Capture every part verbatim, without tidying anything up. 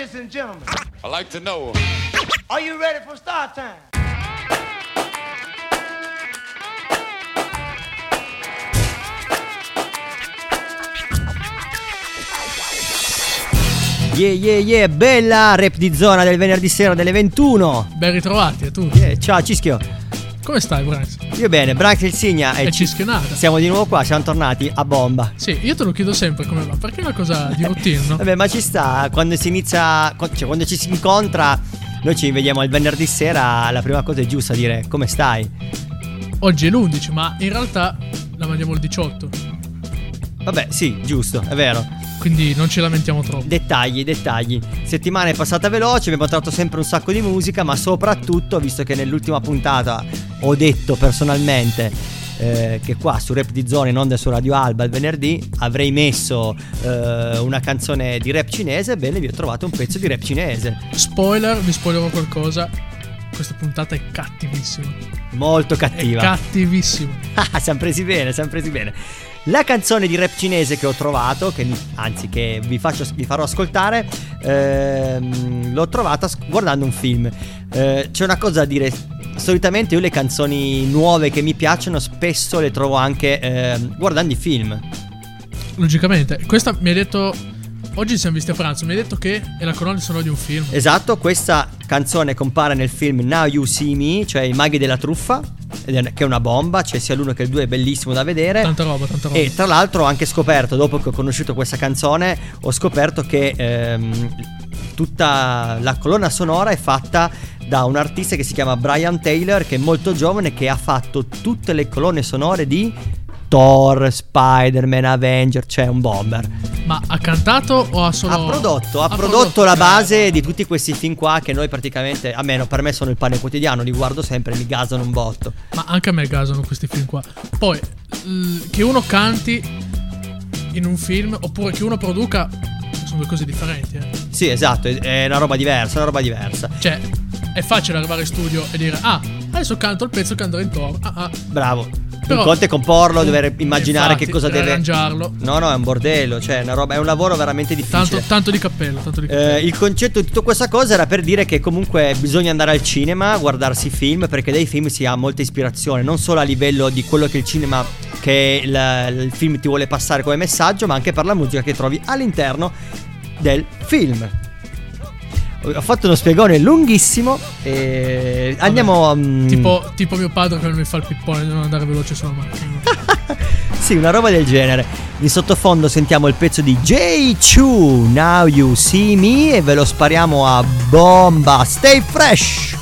Ladies and gentlemen, I like to know. Are you ready for start time? Yeah yeah yeah, bella rap di zona del venerdì sera delle ventuno. Ben ritrovati a tutti. Yeah, ciao Cischio. Come stai, Branks? Io bene, Branks il Signa e Cischionata. Siamo di nuovo qua, siamo tornati a bomba. Sì, io te lo chiedo sempre come va, perché è una cosa di routine, no? Vabbè, ma ci sta, quando si inizia, cioè quando ci si incontra, noi ci vediamo il venerdì sera, la prima cosa è giusta dire come stai. Oggi è l'undici, ma in realtà la mandiamo il diciotto. Vabbè, sì, giusto, è vero. Quindi non ci lamentiamo troppo. Dettagli, dettagli. Settimana è passata veloce, abbiamo trovato sempre un sacco di musica, ma soprattutto, visto che nell'ultima puntata ho detto personalmente eh, che qua su Rap di Zona, in onda su Radio Alba il venerdì, avrei messo eh, una canzone di rap cinese, bene, vi ho trovato un pezzo di rap cinese. Spoiler, vi spoilerò qualcosa. Questa puntata è cattivissima. Molto cattiva. È cattivissima. Ah, siamo presi bene, siamo presi bene. La canzone di rap cinese che ho trovato, che mi, anzi che vi, faccio, vi farò ascoltare, ehm, l'ho trovata guardando un film. Eh, c'è una cosa da dire, solitamente io le canzoni nuove che mi piacciono spesso le trovo anche eh, guardando i film. Logicamente, questa mi hai detto, oggi siamo visti a pranzo, mi hai detto che è la colonna sonora di un film. Esatto, questa canzone compare nel film Now You See Me, cioè I maghi della truffa, che è una bomba, c'è sia l'uno che il due, è bellissimo da vedere. Tanta roba, tanta roba. E tra l'altro ho anche scoperto, dopo che ho conosciuto questa canzone, ho scoperto che ehm, tutta la colonna sonora è fatta da un artista che si chiama Brian Taylor, che è molto giovane, che ha fatto tutte le colonne sonore di Thor, Spider-Man, Avenger, cioè un bomber. Ma ha cantato o ha solo... Ha prodotto, ha, ha prodotto, prodotto la base di tutti questi film qua che noi praticamente, almeno per me sono il pane quotidiano, li guardo sempre, mi gasano un botto. Ma anche a me gasano questi film qua. Poi, l- che uno canti in un film oppure che uno produca sono due cose differenti, eh. Sì, esatto, è, è una roba diversa, è una roba diversa. Cioè, è facile arrivare in studio e dire ah, adesso canto il pezzo che andrà in Thor. Ah, ah. Bravo. Però, un conto è comporlo, dover immaginare infatti, che cosa deve arrangiarlo. No, no, è un bordello, cioè è una roba, è un lavoro veramente difficile. Tanto, tanto di cappello, tanto di cappello. Eh, il concetto di tutta questa cosa era per dire che comunque bisogna andare al cinema, guardarsi i film, perché dai film si ha molta ispirazione, non solo a livello di quello che il cinema, che il, il film ti vuole passare come messaggio, ma anche per la musica che trovi all'interno del film. Ho fatto uno spiegone lunghissimo e andiamo um... tipo, tipo mio padre che mi fa il pippone di non andare veloce sulla macchina. Sì, una roba del genere. In sottofondo sentiamo il pezzo di Jay Chou, Now You See Me, e ve lo spariamo a bomba. Stay fresh.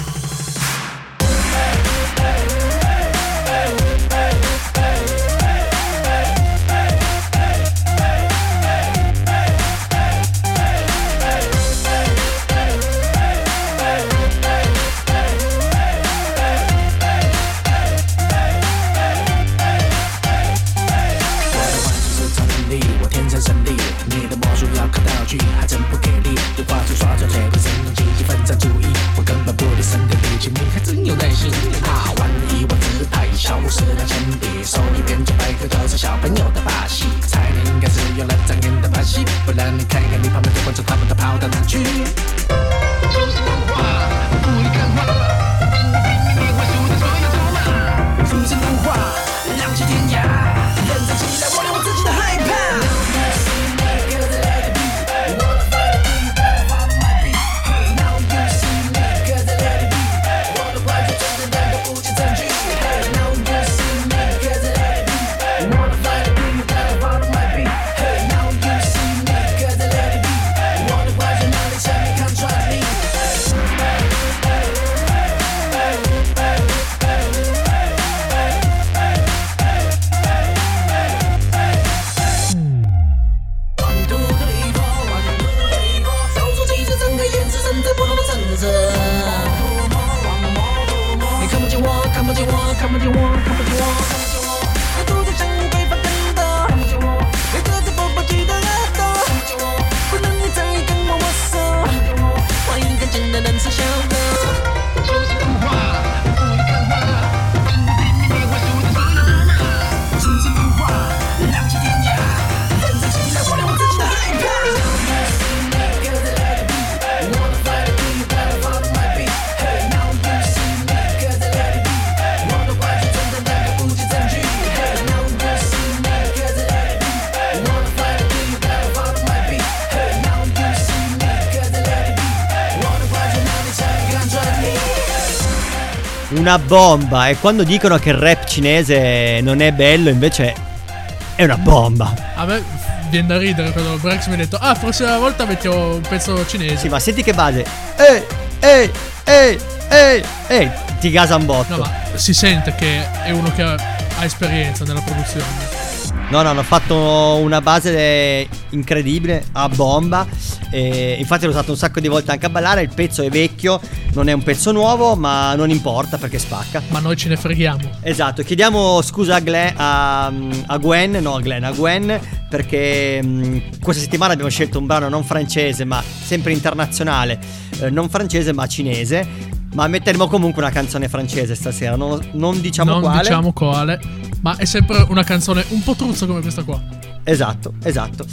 una bomba. E quando dicono che il rap cinese non è bello, invece è una bomba. A me viene da ridere quando Brex mi ha detto: ah, prossima volta mettiamo un pezzo cinese. Sì, ma senti che base. Ehi, ehi, ehi, ehi, ehi, ti gasa un botto. No, ma si sente che è uno che ha, ha esperienza nella produzione. No, no, hanno fatto una base incredibile, a bomba. E infatti l'ho usato un sacco di volte anche a ballare. Il pezzo è vecchio, non è un pezzo nuovo, ma non importa perché spacca. Ma noi ce ne freghiamo. Esatto, chiediamo scusa a, Glenn, a, a Gwen, no a Glenn, a Gwen, perché mh, questa settimana abbiamo scelto un brano non francese, ma sempre internazionale, eh, non francese ma cinese. Ma metteremo comunque una canzone francese stasera, non, non diciamo non quale. Non diciamo quale, ma è sempre una canzone un po' truzza come questa qua. Esatto, esatto.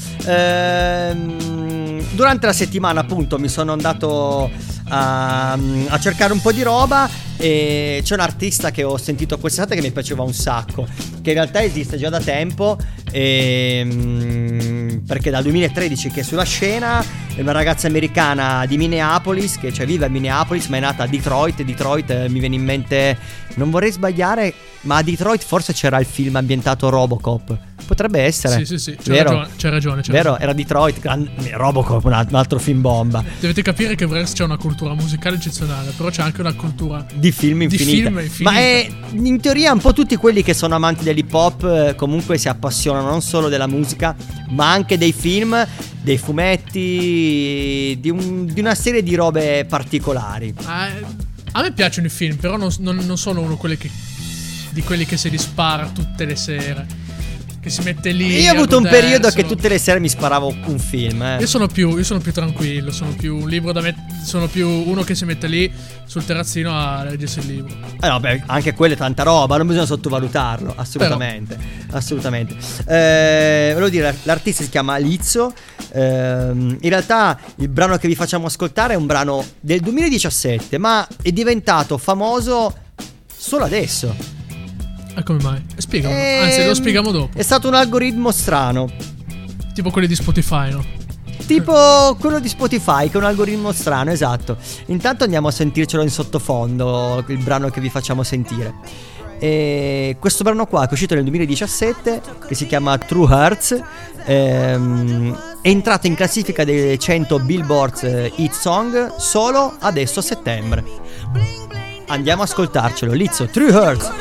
Ehm, durante la settimana appunto mi sono andato a, a cercare un po' di roba e c'è un artista che ho sentito quest'estate che mi piaceva un sacco, che in realtà esiste già da tempo, e, perché dal duemilatredici che è sulla scena. È una ragazza americana di Minneapolis, che cioè vive a Minneapolis ma è nata a Detroit. Detroit eh, mi viene in mente, non vorrei sbagliare, ma a Detroit forse c'era il film ambientato Robocop. Potrebbe essere. Sì, sì, sì, c'è vero? ragione, c'è ragione. C'è vero, ragione. Era Detroit, gran... Robocop, un altro film bomba. Dovete capire che Brex c'è una cultura musicale eccezionale, però c'è anche una cultura di film infinita. Di film infinita. Ma è, in teoria un po' tutti quelli che sono amanti dell'hip hop eh, comunque si appassionano non solo della musica, ma anche dei film, dei fumetti, di, un, di una serie di robe particolari. Eh, a me piacciono i film, però non, non, non sono uno quelli che, di quelli che se li spara tutte le sere, che si mette lì. Io ho avuto un periodo sono... che tutte le sere mi sparavo un film. Eh. Io sono più, io sono più tranquillo, sono più un libro da met- sono più uno che si mette lì sul terrazzino a leggersi il libro. Eh no, beh, anche quella è tanta roba, non bisogna sottovalutarlo, assolutamente. Però. Assolutamente. Eh, volevo dire, l'artista si chiama Lizzo. Eh, in realtà il brano che vi facciamo ascoltare è un brano del duemiladiciassette, ma è diventato famoso solo adesso. E come mai? Spiegalo. Ehm, Anzi, lo spieghiamo dopo. È stato un algoritmo strano. Tipo quelli di Spotify, no? Tipo quello di Spotify, che è un algoritmo strano, esatto. Intanto andiamo a sentircelo in sottofondo, il brano che vi facciamo sentire. E questo brano qua, che è uscito nel duemiladiciassette, che si chiama True Hearts, ehm, è entrato in classifica dei cento Billboard Hit Song solo adesso a settembre. Andiamo a ascoltarcelo. Lizzo, True Hearts.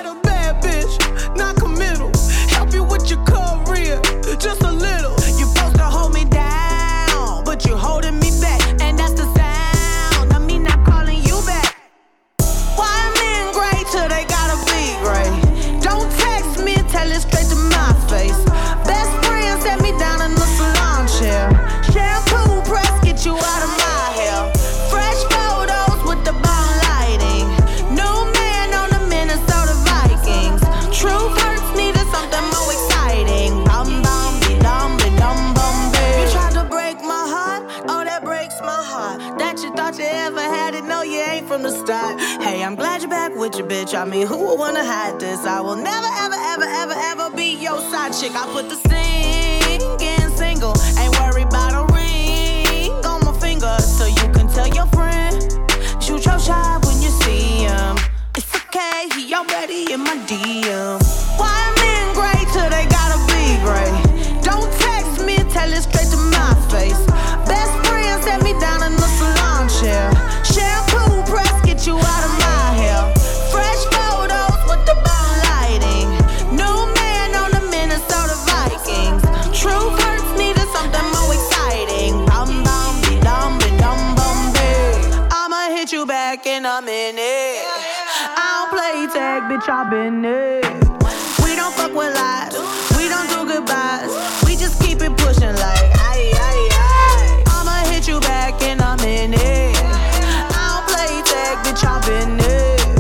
I mean, who would wanna hide this? I will never, ever, ever, ever, ever be your side chick. I put the singing single, ain't worried about a ring on my finger, so you can tell your friend, shoot your shot when you see him. It's okay, he already in my D M. Why men great till they gotta be great? Don't text me, tell it straight to my face. Best friend set me down in the salon chair. Shampoo press, get you out of my hair. Fresh photos with the bomb lighting. New man on the Minnesota Vikings. True hurts needed something more exciting. Bum bum be dum be dum bum be. I'ma hit you back in a minute. I don't play tag, bitch, I been it. We don't fuck with lies. We don't do goodbyes. We just keep it pushing like aye aye aye. I'ma hit you back in a minute. I don't play tag, bitch, I been it.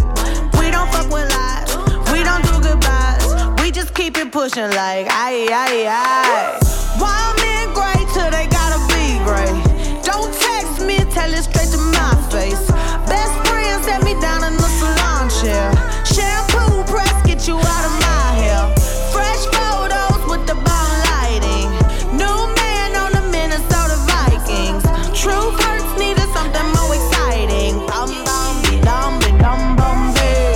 Keep it pushing like aye, aye, aye. Why men great till they gotta be great? Don't text me, tell it straight to my face. Best friend set me down in the salon chair. Shampoo press, get you out of my hair. Fresh photos with the bomb lighting. New man on the Minnesota Vikings. True hurts needed something more exciting. Bum bum be dum be dum bum be.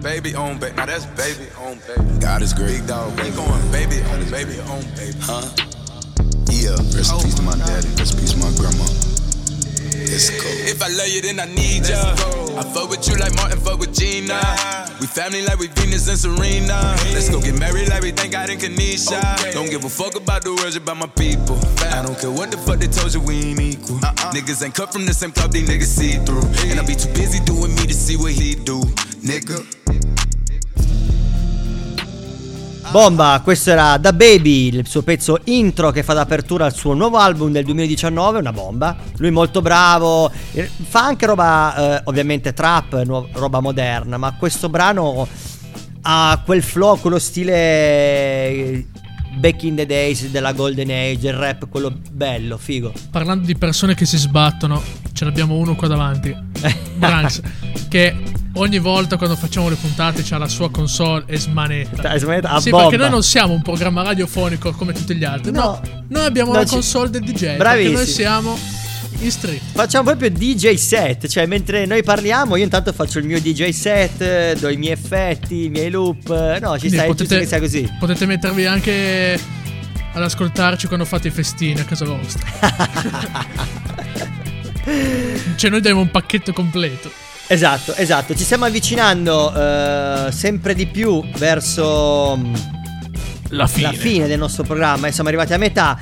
Baby on baby, now that's baby on baby. God is great, big dog. Where you going, baby on baby on baby, huh? Yeah, rest in peace to my daddy, rest in peace to my grandma. Let's go. If I love you, then I need ya. I fuck with you like Martin, fuck with Gina. We family like we Venus and Serena. Let's go get married like we thank God in Kanisha. Don't give a fuck about the words about my people. I don't care what the fuck they told you, we ain't equal. Uh-uh. Niggas ain't cut from the same club, these niggas see through. And I be too busy doing me to see what he do, nigga. Bomba, questo era Da Baby, il suo pezzo intro che fa d'apertura al suo nuovo album del duemiladiciannove, una bomba. Lui è molto bravo, fa anche roba eh, ovviamente trap, nu- roba moderna, ma questo brano ha quel flow, quello stile back in the days della Golden Age, il rap, quello bello, figo. Parlando di persone che si sbattono, ce l'abbiamo uno qua davanti, Branks, che ogni volta quando facciamo le puntate c'ha la sua console e smanetta. smanetta sì, bomba. Perché noi non siamo un programma radiofonico come tutti gli altri. No, no noi abbiamo no, la console ci... del D J. Bravissimi. Perché noi siamo in street. Facciamo proprio D J set. Cioè mentre noi parliamo io intanto faccio il mio D J set, do i miei effetti, i miei loop. No, ci stai, giusto che sia così. Potete mettervi anche ad ascoltarci quando fate i festini a casa vostra. Cioè noi diamo un pacchetto completo. Esatto, esatto. Ci stiamo avvicinando uh, sempre di più verso um, la, fine. la fine del nostro programma. E siamo arrivati a metà.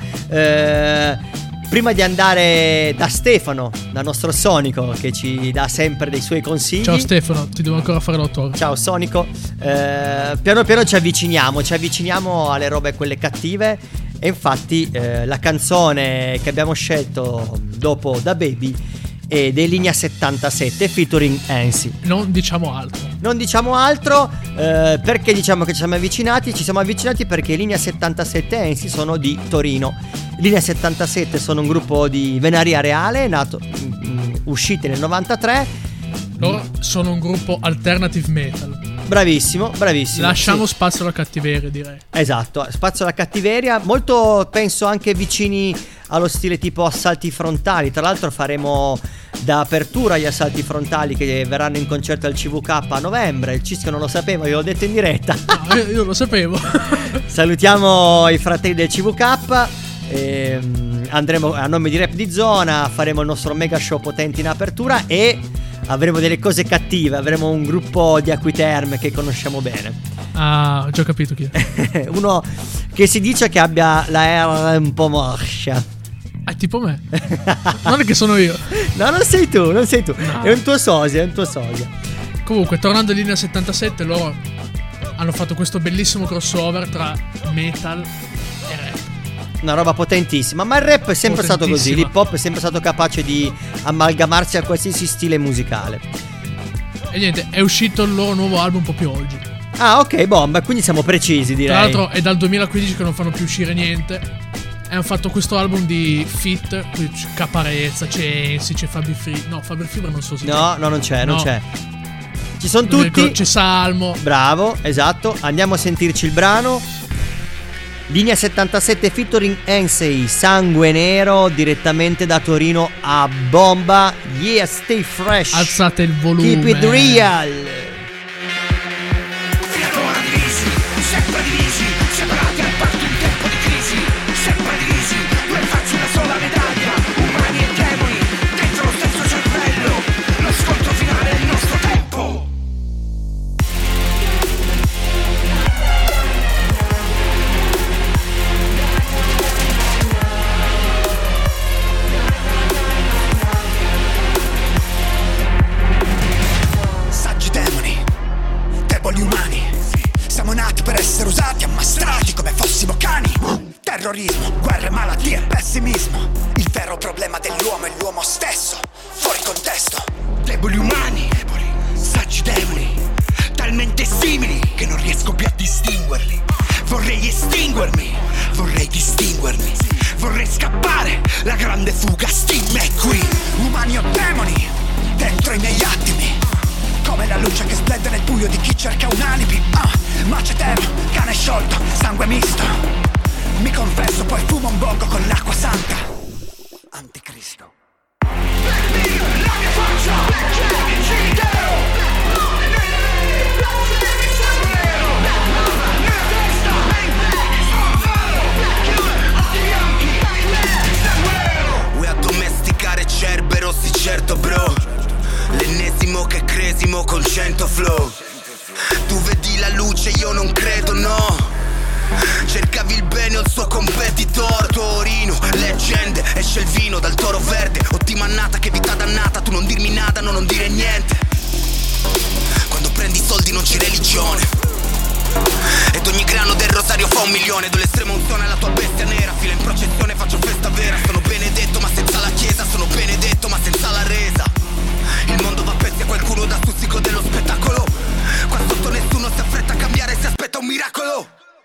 Uh, prima di andare da Stefano, dal nostro Sonico, che ci dà sempre dei suoi consigli. Ciao Stefano, ti devo ancora fare l'autografo. Ciao Sonico. Uh, piano piano ci avviciniamo, ci avviciniamo alle robe quelle cattive. E infatti uh, la canzone che abbiamo scelto dopo Da Baby e dei Linea settantasette featuring Ansi. Non diciamo altro. Non diciamo altro eh, perché diciamo che ci siamo avvicinati. Ci siamo avvicinati perché Linea settantasette e Ansi sono di Torino. Linea settantasette sono un gruppo di Venaria Reale, nato mh, uscite nel novantatré. Loro sono un gruppo alternative metal. Bravissimo, bravissimo. Lasciamo sì. spazio alla cattiveria, direi. Esatto, spazio alla cattiveria. Molto, penso, anche vicini allo stile tipo Assalti Frontali. Tra l'altro faremo da apertura gli Assalti Frontali che verranno in concerto al C V K a novembre. Il Cischio non lo sapeva, io l'ho detto in diretta. No, io, io lo sapevo. Salutiamo i fratelli del C V K. E andremo a nome di Rap di Zona, faremo il nostro mega show potente in apertura e avremo delle cose cattive. Avremo un gruppo di Acquiterme che conosciamo bene. Ah, ho già capito chi è. Uno che si dice che abbia la R un po' morscia. È tipo me. Non è che sono io. No, non sei tu, non sei tu. No. È un tuo sosia, è un tuo sosia. Comunque, tornando in Linea settantasette, loro hanno fatto questo bellissimo crossover tra metal e rap. Una roba potentissima. Ma il rap è sempre stato così. L'hip hop è sempre stato capace di amalgamarsi a qualsiasi stile musicale. E niente, è uscito il loro nuovo album un po' più oggi. Ah, ok, bomba. Quindi siamo precisi, direi. Tra l'altro è dal duemilaquindici che non fanno più uscire niente. E hanno fatto questo album di feat. Qui c'è Caparezza, c'è Ensi, c'è Fabri Fibra. No, Fabri Fibra non so se No, no, non c'è, no. non c'è. Ci sono tutti. C'è Salmo. Bravo, esatto. Andiamo a sentirci il brano. Linea settantasette featuring Ensei, Sangue Nero, direttamente da Torino a bomba. Yeah, stay fresh. Alzate il volume. Keep it real. Fino ad ora divisi, sempre divisi, separati al parto in tempo di crisi, sempre divisi, due facce una sola medaglia, umani e demoni, dentro lo stesso cervello, lo scontro finale del nostro tempo. Umani, siamo nati per essere usati, ammastrati come fossimo cani. Terrorismo, guerre, malattie, pessimismo. Il vero problema dell'uomo è l'uomo stesso, fuori contesto. Deboli umani, deboli, saggi demoni, talmente simili che non riesco più a distinguerli. Vorrei estinguermi, vorrei distinguermi, vorrei scappare, la grande fuga Steve McQueen. Umani o demoni, dentro i miei attimi, come la luce che splende nel buio di chi cerca un alibi. Ah, macetero, cane sciolto, sangue misto. Mi confesso, poi fumo un bongo con l'acqua santa. Anticristo. La mia faccia, c'è il cimitero. Vuoi addomesticare Cerbero, sì certo bro. L'ennesimo che cresimo con cento flow. Tu vedi la luce, io non credo, no. Cercavi il bene o il suo competitor. Torino, leggende, esce il vino dal toro verde. Ottima annata, che vita dannata. Tu non dirmi nada, no, non dire niente. Quando prendi i soldi non c'è religione. Ed ogni grano del rosario fa un milione. Do l'estrema unzione alla tua bestia nera. Fila in processione, faccio festa vera. Sono benedetto ma senza la chiesa. Sono benedetto ma senza la resa. Il mondo va a pezzi a qualcuno da stuzzico dello spettacolo. Qua sotto nessuno si affretta a cambiare, si aspetta un miracolo.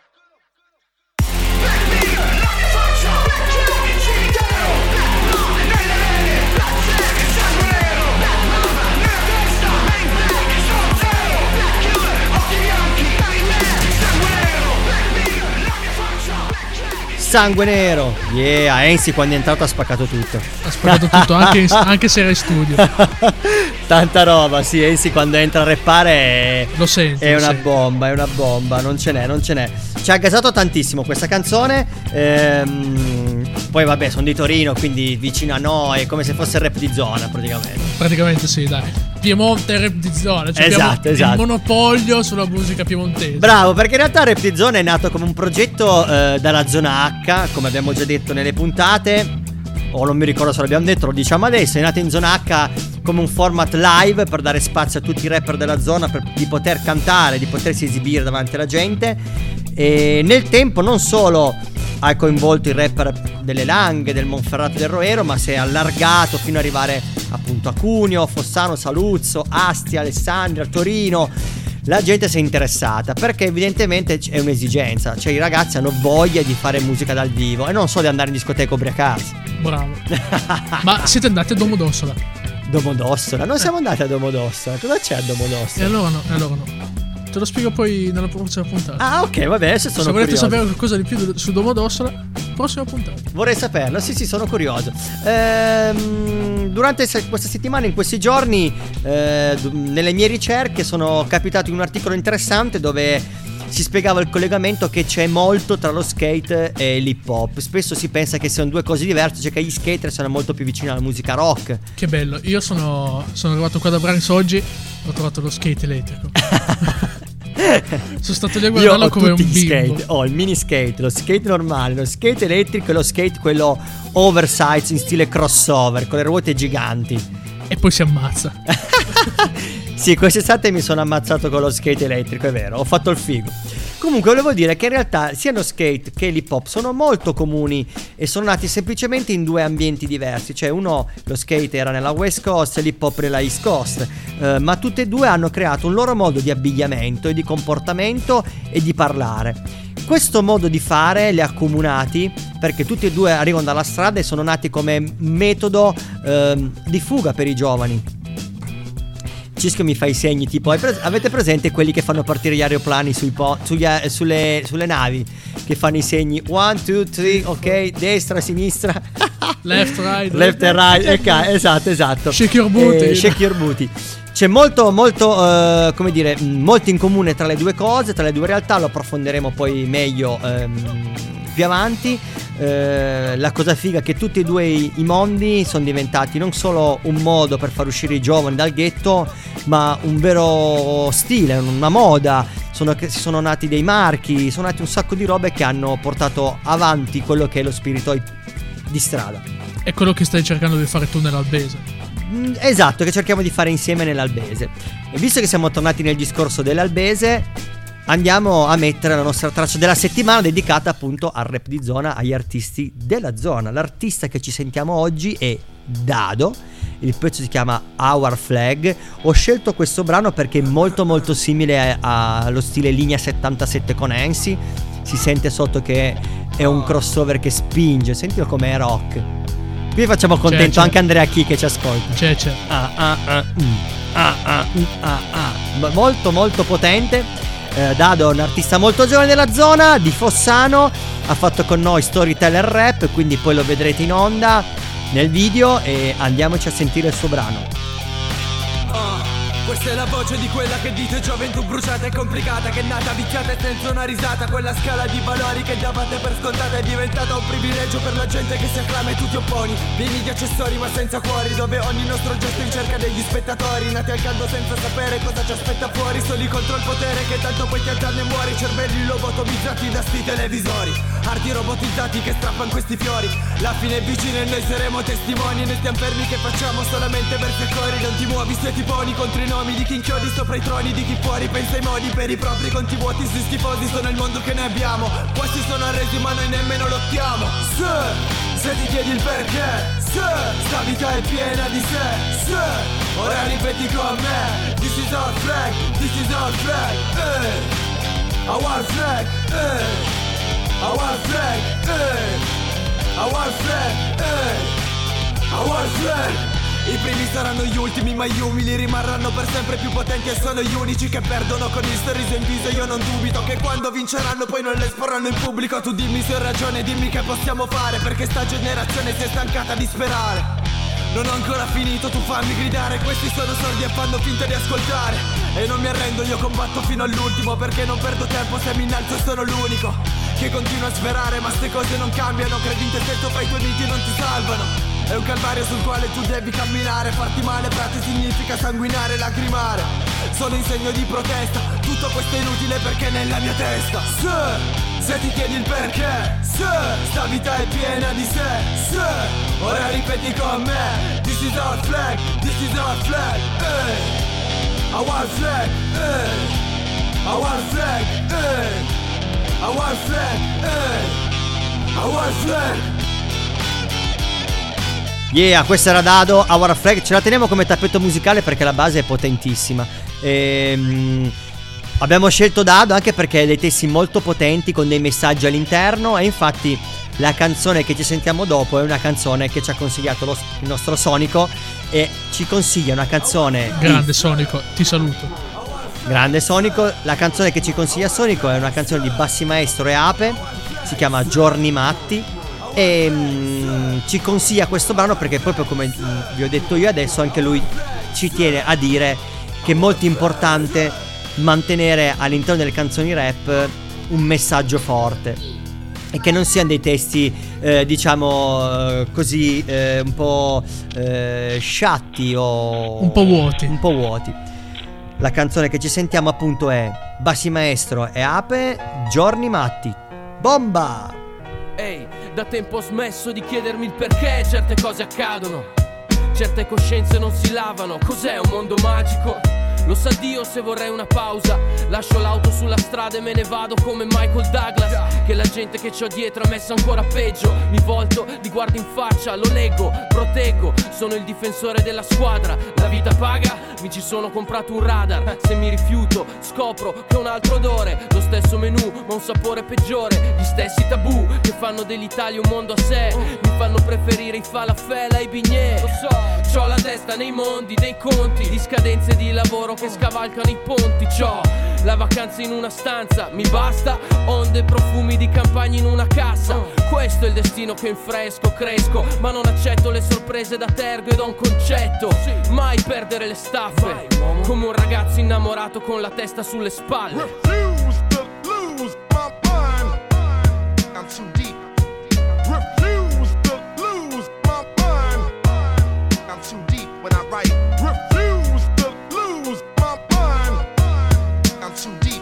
Sangue nero. Yeah, Enzi quando è entrato ha spaccato tutto. Ha spaccato tutto, anche, in, anche se era in studio. Tanta roba, sì, Enzi quando entra a rappare è, lo senti, è lo una senti. bomba, è una bomba, non ce n'è, non ce n'è. Ci ha gasato tantissimo questa canzone. Ehm, poi vabbè, sono di Torino, quindi vicino a noi, è come se fosse il rap di zona praticamente. Praticamente sì, dai. Piemonte e rap di zona, cioè Esatto, abbiamo esatto. il monopolio sulla musica piemontese. Bravo, perché in realtà Rap di Zona è nato come un progetto eh, dalla zona H, come abbiamo già detto nelle puntate, o non mi ricordo se l'abbiamo detto, lo diciamo adesso. È nato in zona H come un format live per dare spazio a tutti i rapper della zona, per, di poter cantare, di potersi esibire davanti alla gente. E nel tempo non solo ha coinvolto i rapper delle Langhe, del Monferrato e del Roero, ma si è allargato fino ad arrivare appunto a Cuneo, Fossano, Saluzzo, Asti, Alessandria, Torino. La gente si è interessata perché evidentemente è un'esigenza, cioè i ragazzi hanno voglia di fare musica dal vivo e non solo di andare in discoteca ubriacarsi. Bravo. Ma siete andati a Domodossola? Domodossola? Non siamo andati a Domodossola. Cosa c'è a E Domodossola? allora no, e allora no. Te lo spiego poi nella prossima puntata. Ah, ok, vabbè, adesso sono Se volete curioso. sapere qualcosa di più su Domodossola, prossima puntata. Vorrei saperlo, sì sì, sono curioso. Ehm, durante se- questa settimana, in questi giorni, eh, d- nelle mie ricerche sono capitato in un articolo interessante dove si spiegava il collegamento che c'è molto tra lo skate e l'hip hop. Spesso si pensa che siano due cose diverse, cioè che gli skater siano molto più vicini alla musica rock. Che bello, io sono, sono arrivato qua da Branks oggi, ho trovato lo skate elettrico. Sono stato lì a Io guardarlo ho come un tutti gli bimbo. skate, ho il mini skate, lo skate normale, lo skate elettrico e lo skate quello oversize in stile crossover con le ruote giganti. E poi si ammazza. Sì, quest'estate mi sono ammazzato con lo skate elettrico, è vero, ho fatto il figo. Comunque volevo dire che in realtà sia lo skate che l'hip hop sono molto comuni e sono nati semplicemente in due ambienti diversi. Cioè uno, lo skate era nella West Coast e l'hip hop nella East Coast, eh, ma tutte e due hanno creato un loro modo di abbigliamento e di comportamento e di parlare. Questo modo di fare li ha accomunati perché tutti e due arrivano dalla strada e sono nati come metodo ehm, di fuga per i giovani. Cisco mi fa i segni tipo hai pres- avete presente quelli che fanno partire gli aeroplani sui po- sugli a- sulle, sulle navi che fanno i segni one, two, three, ok, destra, sinistra, Left, right. left and right, ok, esatto, esatto. Shake your booty. Eh, shake your booty. C'è molto, molto, eh, come dire, mh, molto in comune tra le due cose, tra le due realtà, lo approfondiremo poi meglio ehm, più avanti. Eh, la cosa figa è che tutti e due i, i mondi sono diventati non solo un modo per far uscire i giovani dal ghetto, ma un vero stile, una moda. Sono, si sono nati dei marchi, sono nati un sacco di robe che hanno portato avanti quello che è lo spirito di strada. È quello che stai cercando di fare tu nell'Albese. Mm, Esatto, che cerchiamo di fare insieme nell'Albese. E visto che siamo tornati nel discorso dell'Albese, andiamo a mettere la nostra traccia della settimana dedicata appunto al rap di zona, agli artisti della zona. L'artista che ci sentiamo oggi è Dado, il pezzo si chiama Our Flag. Ho scelto questo brano perché è molto molto simile a- allo stile Linea settantasette con Ensi. Si sente sotto che è un crossover che spinge, sentilo com'è rock. Qui facciamo contento c'è. anche Andrea Chi che ci ascolta. C'è, c'è. Ah, ah, ah, mm. Ah, ah, mm, ah, ah. Ma molto molto potente. eh, Dado è un artista molto giovane della zona di Fossano, ha fatto con noi Storyteller Rap, quindi poi lo vedrete in onda nel video e andiamoci a sentire il suo brano. Uh, Questa è la voce di quella che dite gioventù bruciata e complicata, che è nata viziata e senza una risata. Quella scala di valori che davate per scontata è diventata un privilegio per la gente che si acclama e tu ti opponi. Pieni di accessori ma senza cuori, dove ogni nostro gesto in cerca degli spettatori, nati al caldo senza sapere cosa ci aspetta fuori, soli contro il potere che tanto poi ti alzano e muori. Cervelli lobotomizzati da sti televisori, arti robotizzati che strappano questi fiori. La fine è vicina e noi saremo testimoni, e noi stiamo fermi che facciamo solamente bersaccori. Non ti muovi se ti poni contro i nomi di chi inchiodi sopra i troni, di chi fuori pensa ai modi per i propri conti vuoti. Sui schifosi sono il mondo che ne abbiamo, poi si sono arresi ma noi nemmeno lottiamo. Se, se ti chiedi il perché, se, sta vita è piena di sé, se, ora ripeti con me. This is our flag, this is our flag, eh. Our flag, eh. Our flag, eh. Our flag, eh. Our flag. I primi saranno gli ultimi ma gli umili rimarranno per sempre più potenti e sono gli unici che perdono con il sorriso in viso. Io non dubito che quando vinceranno poi non le esporranno in pubblico. Tu dimmi se ho ragione, dimmi che possiamo fare, perché sta generazione si è stancata di sperare. Non ho ancora finito, tu fammi gridare, questi sono sordi e fanno finta di ascoltare. E non mi arrendo, io combatto fino all'ultimo, perché non perdo tempo se mi innalzo e sono l'unico che continua a sperare. Ma ste cose non cambiano, credi in te stesso, fai i tuoi miti non ti salvano. È un calvario sul quale tu devi camminare. Farti male, frate, significa sanguinare, lacrimare. Sono in segno di protesta, tutto questo è inutile perché è nella mia testa. Se, se ti chiedi il perché, se, sta vita è piena di sé, se, ora ripeti con me. This is our flag, this is our flag, eh. Our flag, eh. Our flag, eh. Our flag, eh. Our flag. Yeah, questa era Dado, Our Flag. Ce la teniamo come tappeto musicale perché la base è potentissima. Ehm, abbiamo scelto Dado anche perché ha dei testi molto potenti con dei messaggi all'interno. E infatti la canzone che ci sentiamo dopo è una canzone che ci ha consigliato lo, il nostro Sonico. E ci consiglia una canzone. Grande di... Sonico, ti saluto. Grande Sonico. La canzone che ci consiglia Sonico è una canzone di Bassi Maestro e Ape. Si chiama Giorni Matti. E mm, ci consiglia questo brano perché proprio come mm, vi ho detto io adesso, anche lui ci tiene a dire che è molto importante mantenere all'interno delle canzoni rap un messaggio forte e che non siano dei testi eh, diciamo eh, così eh, un po' eh, sciatti o un po' vuoti. un po' vuoti. La canzone che ci sentiamo appunto è Bassi Maestro e Ape, Giorni Matti. Bomba! Ehi, hey, da tempo ho smesso di chiedermi il perché certe cose accadono. Certe coscienze non si lavano. Cos'è un mondo magico? Lo sa Dio se vorrei una pausa. Lascio l'auto sulla strada e me ne vado come Michael Douglas. Che la gente che c'ho dietro ha messo ancora peggio. Mi volto, li guardo in faccia, lo leggo, proteggo. Sono il difensore della squadra. La vita paga? Mi ci sono comprato un radar. Se mi rifiuto scopro che ho un altro odore. Lo stesso menù ma un sapore peggiore. Gli stessi tabù che fanno dell'Italia un mondo a sé. Mi fanno preferire i falafel ai bignè. Lo so, c'ho la testa nei mondi dei conti, di scadenze di lavoro che scavalcano i ponti. C'ho la vacanza in una stanza, mi basta. Onde e profumi di campagna in una cassa. Questo è il destino che infresco, cresco. Ma non accetto le sorprese da tergo ed ho un concetto: mai perdere le staffe. Come un ragazzo innamorato con la testa sulle spalle. Refuse to lose my mind. I'm too deep. Refuse to lose my mind. I'm too deep when I write. Refuse to lose my mind. I'm too deep.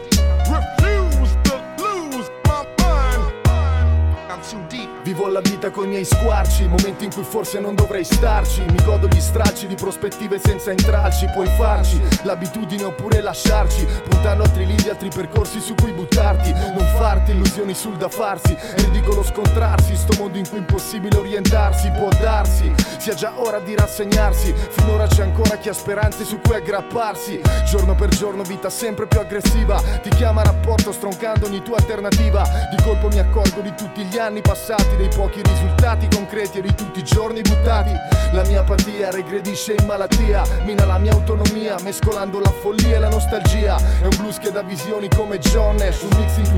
Refuse to lose my mind. I'm too deep. Vivo la vita coi miei squarci, momenti in cui forse non dovrei starci. Mi godo gli stracci di prospettive senza intralci. Puoi farci l'abitudine oppure lasciarci, puntando altri lidi, altri percorsi su cui buttarti. Non farti illusioni sul da farsi, è ridicolo scontrarsi. Sto mondo in cui è impossibile orientarsi. Può darsi, sia già ora di rassegnarsi. Finora c'è ancora chi ha speranze su cui aggrapparsi. Giorno per giorno vita sempre più aggressiva. Ti chiama rapporto stroncando ogni tua alternativa. Di colpo mi accorgo di tutti gli anni passati, dei pochi risultati concreti e di tutti i giorni buttati. La mia apatia regredisce in malattia, mina la mia autonomia mescolando la follia e la nostalgia. È un blues che dà visioni come John Nash, un mix intuizioni, realtà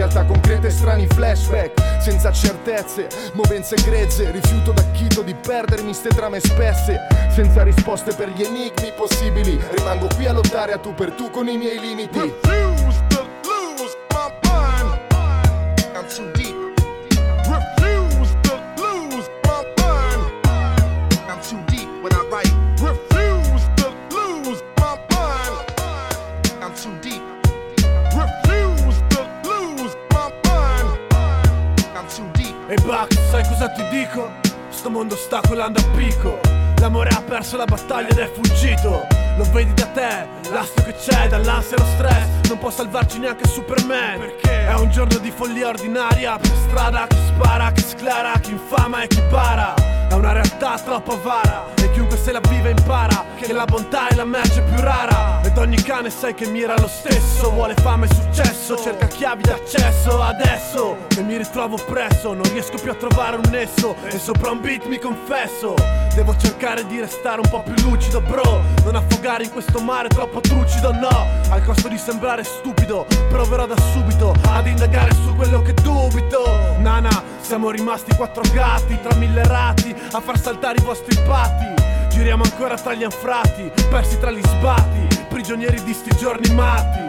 realtà concreta e strani flashback, senza certezze, movenze grezze, rifiuto d'acchito di perdermi ste trame spesse, senza risposte per gli enigmi possibili, rimango qui a lottare a tu per tu con i miei limiti. Refuse to lose my mind. I'm too deep. Refuse to lose my mind. I'm too deep when I write. Refuse to lose my mind. I'm too deep. Refuse to lose my mind. I'm too deep. Ehi Buck, sai cosa ti dico? Sto mondo sta colando a picco. L'amore ha perso la battaglia ed è fuggito. Lo vedi da te, l'astro che c'è, dall'ansia e lo stress. Non può salvarci neanche Superman, perché è un giorno di follia ordinaria. Per strada chi spara, chi sclara, chi infama e chi para. È una realtà troppo avara e chiunque se la vive impara che la bontà è la merce più rara. Ed ogni cane sai che mira lo stesso, vuole fame e successo, cerca chiavi d'accesso. Adesso che mi ritrovo presso, non riesco più a trovare un nesso e sopra un beat mi confesso. Devo cercare di restare un po' più lucido, bro, non affogare in questo mare troppo trucido, no. Al costo di sembrare stupido, proverò da subito ad indagare su quello che dubito. Nana, siamo rimasti quattro gatti tra mille rati a far saltare i vostri patti. Giriamo ancora tra gli anfrati, persi tra gli sbatti, prigionieri di sti giorni matti.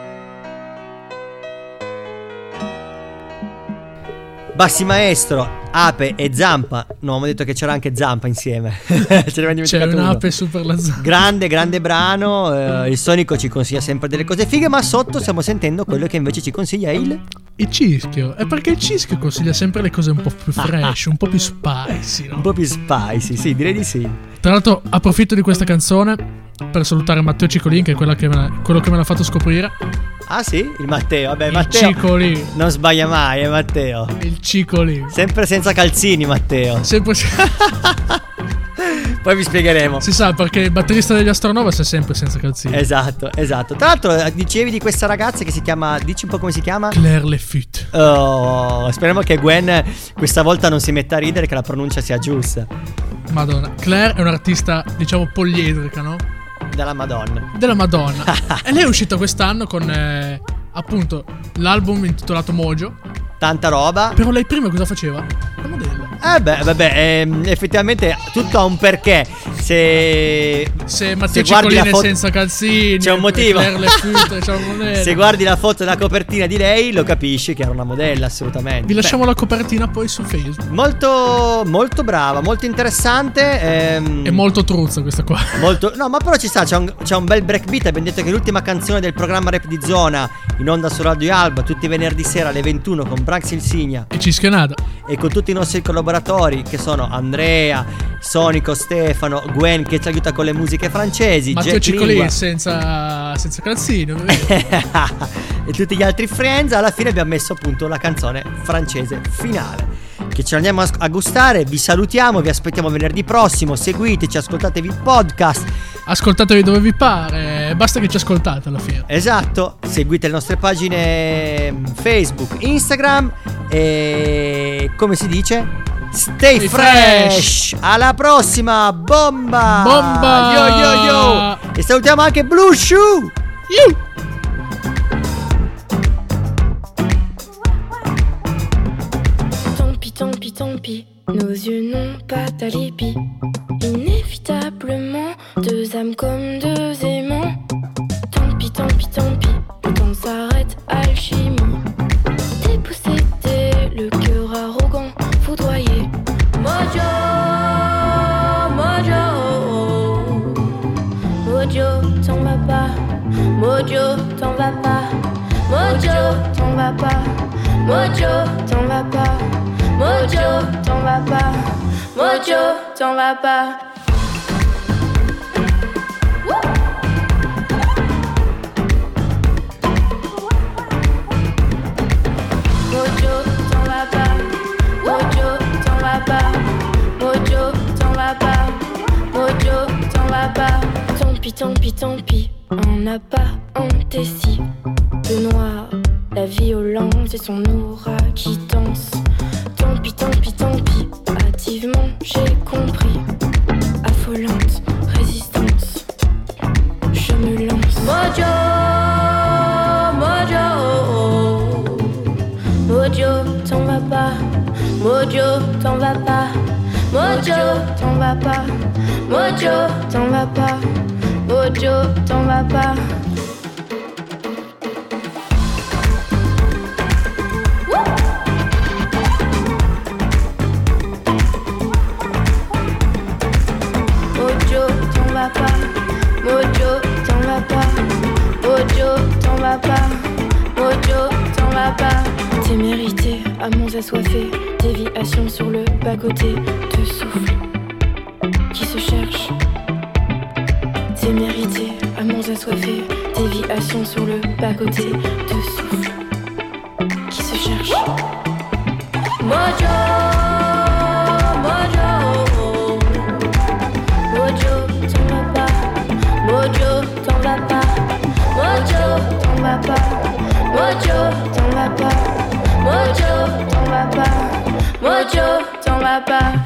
Bassi Maestro, Ape e Zampa. No, abbiamo detto che c'era anche Zampa insieme. Ce ne C'è un Ape super la Zampa. Grande, grande brano. eh, Il Sonico ci consiglia sempre delle cose fighe, ma sotto stiamo sentendo quello che invece ci consiglia il... Il Cischio. È perché il Cischio consiglia sempre le cose un po' più fresh, un po' più spicy, no? Un po' più spicy, sì, direi di sì. Tra l'altro approfitto di questa canzone per salutare Matteo Cicolin, che è quella che me l'ha- quello che me l'ha fatto scoprire. Ah sì? Il Matteo, vabbè, Il Matteo Cicolin. non sbaglia mai, eh Matteo. Il Cicolin. Sempre senza calzini, Matteo. Sempre Poi vi spiegheremo. si sa perché il batterista degli Astronova è sempre senza calzini. Esatto, esatto. Tra l'altro eh, dicevi di questa ragazza che si chiama, dici un po' come si chiama? Claire Lefut. Oh, speriamo che Gwen questa volta non si metta a ridere, che la pronuncia sia giusta. Madonna. Claire è un'artista, diciamo, poliedrica, no? Della Madonna. Della Madonna. E lei è uscita quest'anno con eh, appunto l'album intitolato Mojo. Tanta roba. Però lei prima cosa faceva? La modella. Eh beh, vabbè, ehm, effettivamente tutto ha un perché. Se Se Matteo guardi Cicolin la è foto- senza calzini, c'è un motivo. Claire Lefut, c'è un modello. Se guardi la foto della copertina di lei, lo capisci che era una modella, assolutamente. Vi lasciamo la copertina poi su Facebook. Beh, molto, molto brava, molto interessante. Ehm, È molto truzza questa qua. molto, no, ma però ci sta, c'è un, c'è un bel breakbeat. Abbiamo detto che l'ultima canzone del programma Rap di Zona, in onda su Radio Alba, tutti i venerdì sera alle ventuno, con Branx Insignia E Cischionada. e con tutti i nostri collaboratori, che sono Andrea, Sonico, Stefano, Gwen che ci aiuta con le musiche francesi, Matteo Jack Cicolin Lingua senza, senza calzini, ovviamente. e tutti gli altri friends. Alla fine abbiamo messo appunto la canzone francese finale, che ce l'andiamo a, a gustare. Vi salutiamo, vi aspettiamo venerdì prossimo. Seguiteci, ascoltatevi il podcast. Ascoltatevi dove vi pare, basta che ci ascoltate alla fine. Esatto, seguite le nostre pagine Facebook, Instagram e come si dice? Stay Stay fresh. fresh. Alla prossima, bomba. Bomba. Yo yo yo. E salutiamo anche Blue Shoe. You. Tant pis, tant pis, tant pis, nos yeux n'ont pas d'alibi. Inévitablement, deux âmes comme deux aimants. Tant pis, tant pis, tant pis, le temps s'arrête, alchimie. Dépossédé, le cœur arrogant, foudroyé. Mojo, Mojo, Mojo, t'en vas pas. Mojo, t'en vas pas. Mojo, t'en vas pas. Mojo, t'en vas pas. Mojo, t'en vas pas. Mojo, t'en vas pas. Mojo, t'en vas pas. Mojo, t'en vas pas. Mojo, t'en vas pas. Mojo, t'en vas pas. Tant pis, tant pis, tant pis, on n'a pas anteci. Le noir, la violence et son aura qui danse. Tant pis, tant pis, tant pis, hâtivement j'ai compris. Affolante résistance, je me lance. Mojo, Mojo, Mojo, t'en vas pas. Mojo, t'en vas pas. Mojo, t'en vas pas. Mojo, t'en vas pas. Mojo, t'en vas pas. Mojo, t'en vas pas. Mojo, t'en vas pas. Mojo, t'en vas pas. Mojo, t'en vas pas. T'es mérité, amants assoiffés, déviation sur le bas-côté, te souffle qui se cherche. T'es mérité, amants assoiffés, déviation sur le bas-côté, te souffle qui se cherche. Mojo, Mojo, Mojo, t'en vas pas. Mojo, t'en vas pas. Mojo, t'en vas pas. Mojo, t'en vas pas. Mojo, t'en vas pas. Mojo, t'en vas pas.